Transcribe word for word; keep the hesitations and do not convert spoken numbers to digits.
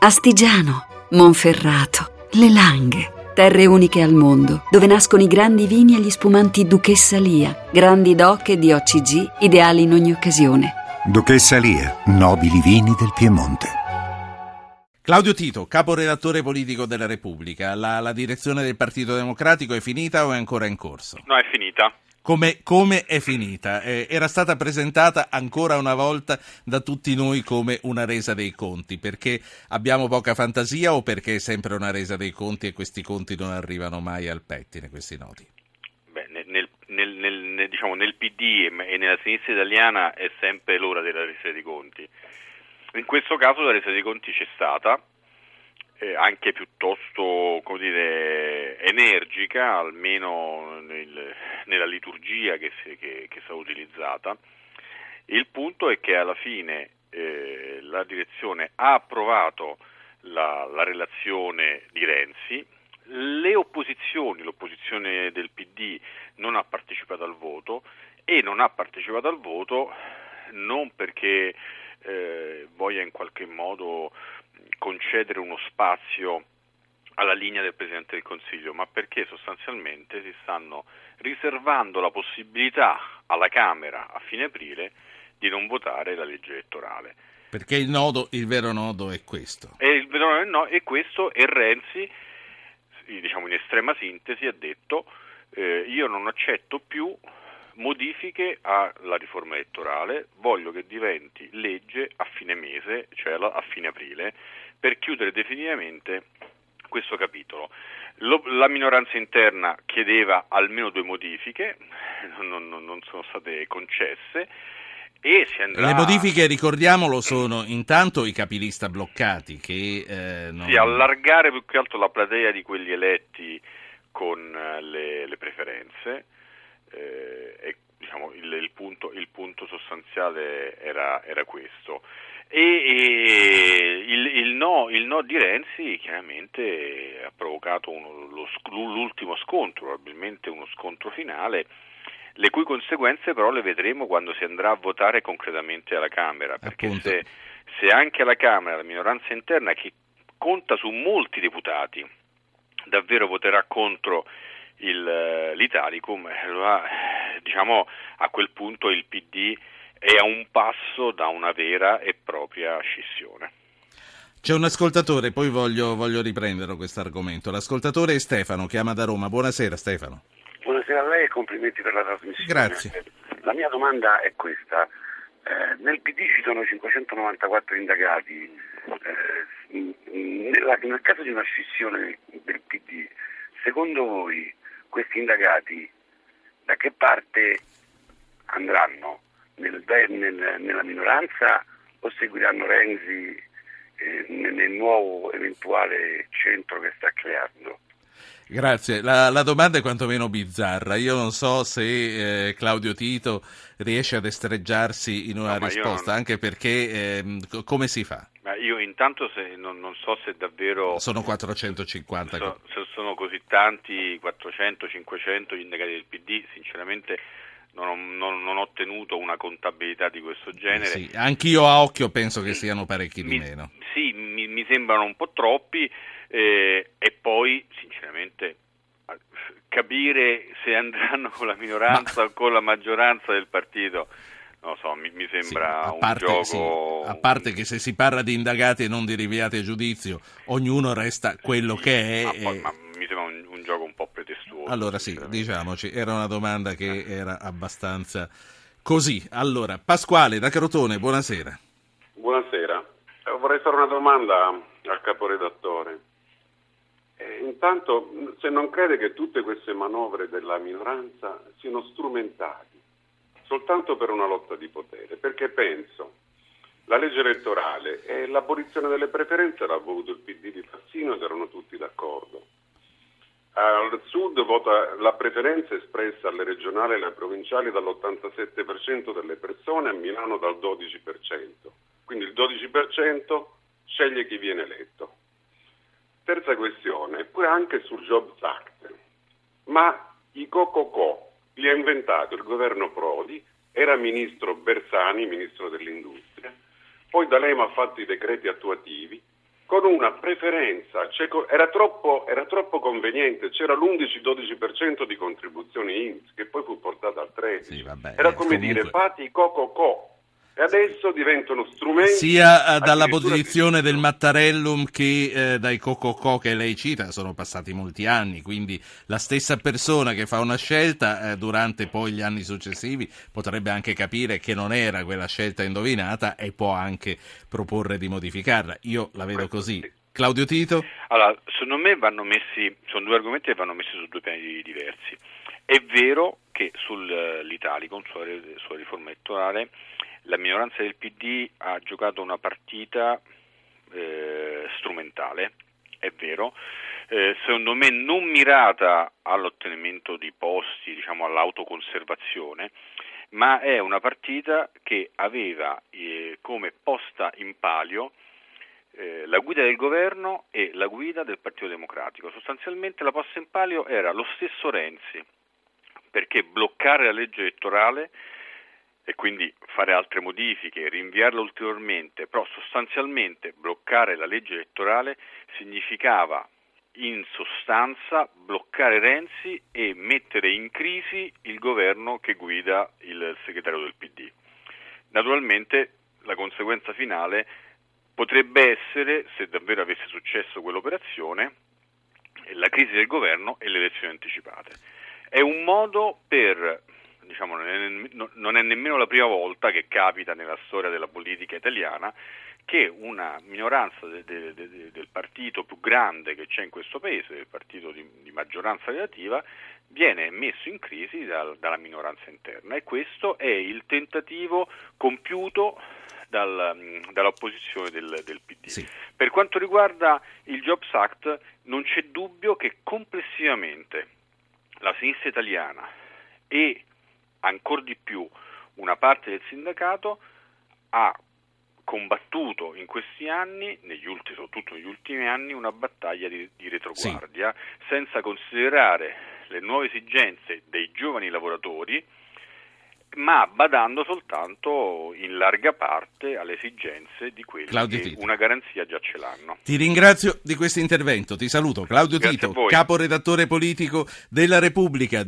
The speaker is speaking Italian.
Astigiano, Monferrato, Le Langhe, terre uniche al mondo, dove nascono i grandi vini e gli spumanti Duchessa Lia, grandi doc e di O C G, ideali in ogni occasione. Duchessa Lia, nobili vini del Piemonte. Claudio Tito, caporedattore politico della Repubblica. La, la direzione del Partito Democratico è finita o è ancora in corso? No, è finita. Come, come è finita? Eh, era stata presentata ancora una volta da tutti noi come una resa dei conti, perché abbiamo poca fantasia o perché è sempre una resa dei conti e questi conti non arrivano mai al pettine, questi nodi? Beh, nel, nel, nel, nel, diciamo, nel P D e nella sinistra italiana è sempre l'ora della resa dei conti. In questo caso la resa dei conti c'è stata, eh, anche piuttosto, come dire, energica, almeno nel, nella liturgia che, si, che, che è stata utilizzata. Il punto è che alla fine eh, la direzione ha approvato la, la relazione di Renzi, le opposizioni, l'opposizione del P D non ha partecipato al voto e non ha partecipato al voto non perché eh, voglia in qualche modo concedere uno spazio alla linea del Presidente del Consiglio, ma perché sostanzialmente si stanno riservando la possibilità alla Camera a fine aprile di non votare la legge elettorale. Perché il nodo, il vero nodo è questo. E il vero nodo è no, e questo e Renzi, diciamo in estrema sintesi, ha detto eh, io non accetto più modifiche alla riforma elettorale, voglio che diventi legge a fine mese, cioè a fine aprile, per chiudere definitivamente questo capitolo. Lo, la minoranza interna chiedeva almeno due modifiche, non, non, non sono state concesse, e si andrà... Le modifiche, ricordiamolo, sono intanto i capilista bloccati, che eh, non... Sì, allargare più che altro la platea di quelli eletti con le, le preferenze. Eh, e diciamo il, il punto il punto sostanziale era, era questo e, e il, il no il no di Renzi chiaramente ha provocato uno, lo, l'ultimo scontro, probabilmente uno scontro finale, le cui conseguenze però le vedremo quando si andrà a votare concretamente alla Camera, perché se, se anche alla Camera la minoranza interna, che conta su molti deputati, davvero voterà contro Il, l'Italicum, allora, diciamo a quel punto il P D è a un passo da una vera e propria scissione. C'è un ascoltatore, poi voglio, voglio riprendere questo argomento. L'ascoltatore è Stefano, chiama da Roma. Buonasera Stefano. Buonasera a lei e complimenti per la trasmissione. Grazie. La mia domanda è questa. Eh, nel P D ci sono cinquecentonovantaquattro indagati. Eh, nella, nel caso di una scissione del P D, secondo voi questi indagati da che parte andranno? Nel, nel, nella minoranza o seguiranno Renzi eh, nel nuovo eventuale centro che sta creando? Grazie, la, la domanda è quantomeno bizzarra. Io non so se eh, Claudio Tito riesce a destreggiarsi in una no, risposta, non... anche perché eh, come si fa? Ma io intanto se, non, non so se davvero... Sono quattrocentocinquanta. So, se sono così tanti, quattrocento, cinquecento gli indagati del P D, sinceramente non ho, non, non ho tenuto una contabilità di questo genere. Sì, anch'io a occhio penso che siano parecchi di mi, meno. Sì, mi, mi sembrano un po' troppi eh, e poi sinceramente capire se andranno con la minoranza Ma... o con la maggioranza del partito... Non so, mi, mi sembra sì, a parte, un gioco... Sì, a parte che se si parla di indagati e non di rinviati a giudizio, ognuno resta quello sì, che è. Ma, e... poi, ma mi sembra un, un gioco un po' pretestuoso. Allora sì, diciamoci, era una domanda che era abbastanza così. Allora, Pasquale da Crotone, buonasera. Buonasera. Vorrei fare una domanda al caporedattore. Eh, intanto, se non crede che tutte queste manovre della minoranza siano strumentali soltanto per una lotta di potere, perché penso la legge elettorale e l'abolizione delle preferenze l'ha voluto il P D di Fassino ed erano tutti d'accordo. Al sud vota la preferenza espressa alle regionali e alle provinciali dall'ottantasette per cento delle persone, a Milano dal dodici per cento. Quindi il dodici per cento sceglie chi viene eletto. Terza questione, pure anche sul Jobs Act. Ma i co-co-co li ha inventato il governo Prodi, era ministro Bersani, ministro dell'industria, poi D'Alema ha fatto i decreti attuativi con una preferenza, cioè, era, troppo, era troppo conveniente, c'era l'undici dodici per cento di contribuzioni I N P S che poi fu portata al tredici per cento. Sì, vabbè, era come comunque... dire fate i co-co-co. E adesso diventano strumenti... Sia eh, dall'abolizione del Mattarellum che eh, dai co-co-co che lei cita, sono passati molti anni, quindi la stessa persona che fa una scelta eh, durante poi gli anni successivi potrebbe anche capire che non era quella scelta indovinata e può anche proporre di modificarla. Io la vedo così. Claudio Tito? Allora, secondo me vanno messi, sono due argomenti che vanno messi su due piani diversi. È vero che sull'Italicum, sulla, sulla riforma elettorale, la minoranza del P D ha giocato una partita eh, strumentale, è vero, eh, secondo me non mirata all'ottenimento di posti, diciamo all'autoconservazione, ma è una partita che aveva eh, come posta in palio eh, la guida del governo e la guida del Partito Democratico. Sostanzialmente la posta in palio era lo stesso Renzi, perché bloccare la legge elettorale e quindi fare altre modifiche, rinviarla ulteriormente, però sostanzialmente bloccare la legge elettorale significava in sostanza bloccare Renzi e mettere in crisi il governo che guida il segretario del P D. Naturalmente la conseguenza finale potrebbe essere, se davvero avesse successo quell'operazione, la crisi del governo e le elezioni anticipate. È un modo per... diciamo non è nemmeno la prima volta che capita nella storia della politica italiana che una minoranza de, de, de, del partito più grande che c'è in questo paese, del partito di, di maggioranza relativa, viene messo in crisi dal, dalla minoranza interna, e questo è il tentativo compiuto dal, dall'opposizione del, del P D. Sì. Per quanto riguarda il Jobs Act, non c'è dubbio che complessivamente la sinistra italiana e ancor di più una parte del sindacato ha combattuto in questi anni, negli ultimi, soprattutto negli ultimi anni, una battaglia di, di retroguardia, sì, senza considerare le nuove esigenze dei giovani lavoratori, ma badando soltanto in larga parte alle esigenze di quelli Claudio che Tito. Una garanzia già ce l'hanno. Ti ringrazio di questo intervento, ti saluto. Claudio Grazie Tito, caporedattore politico della Repubblica.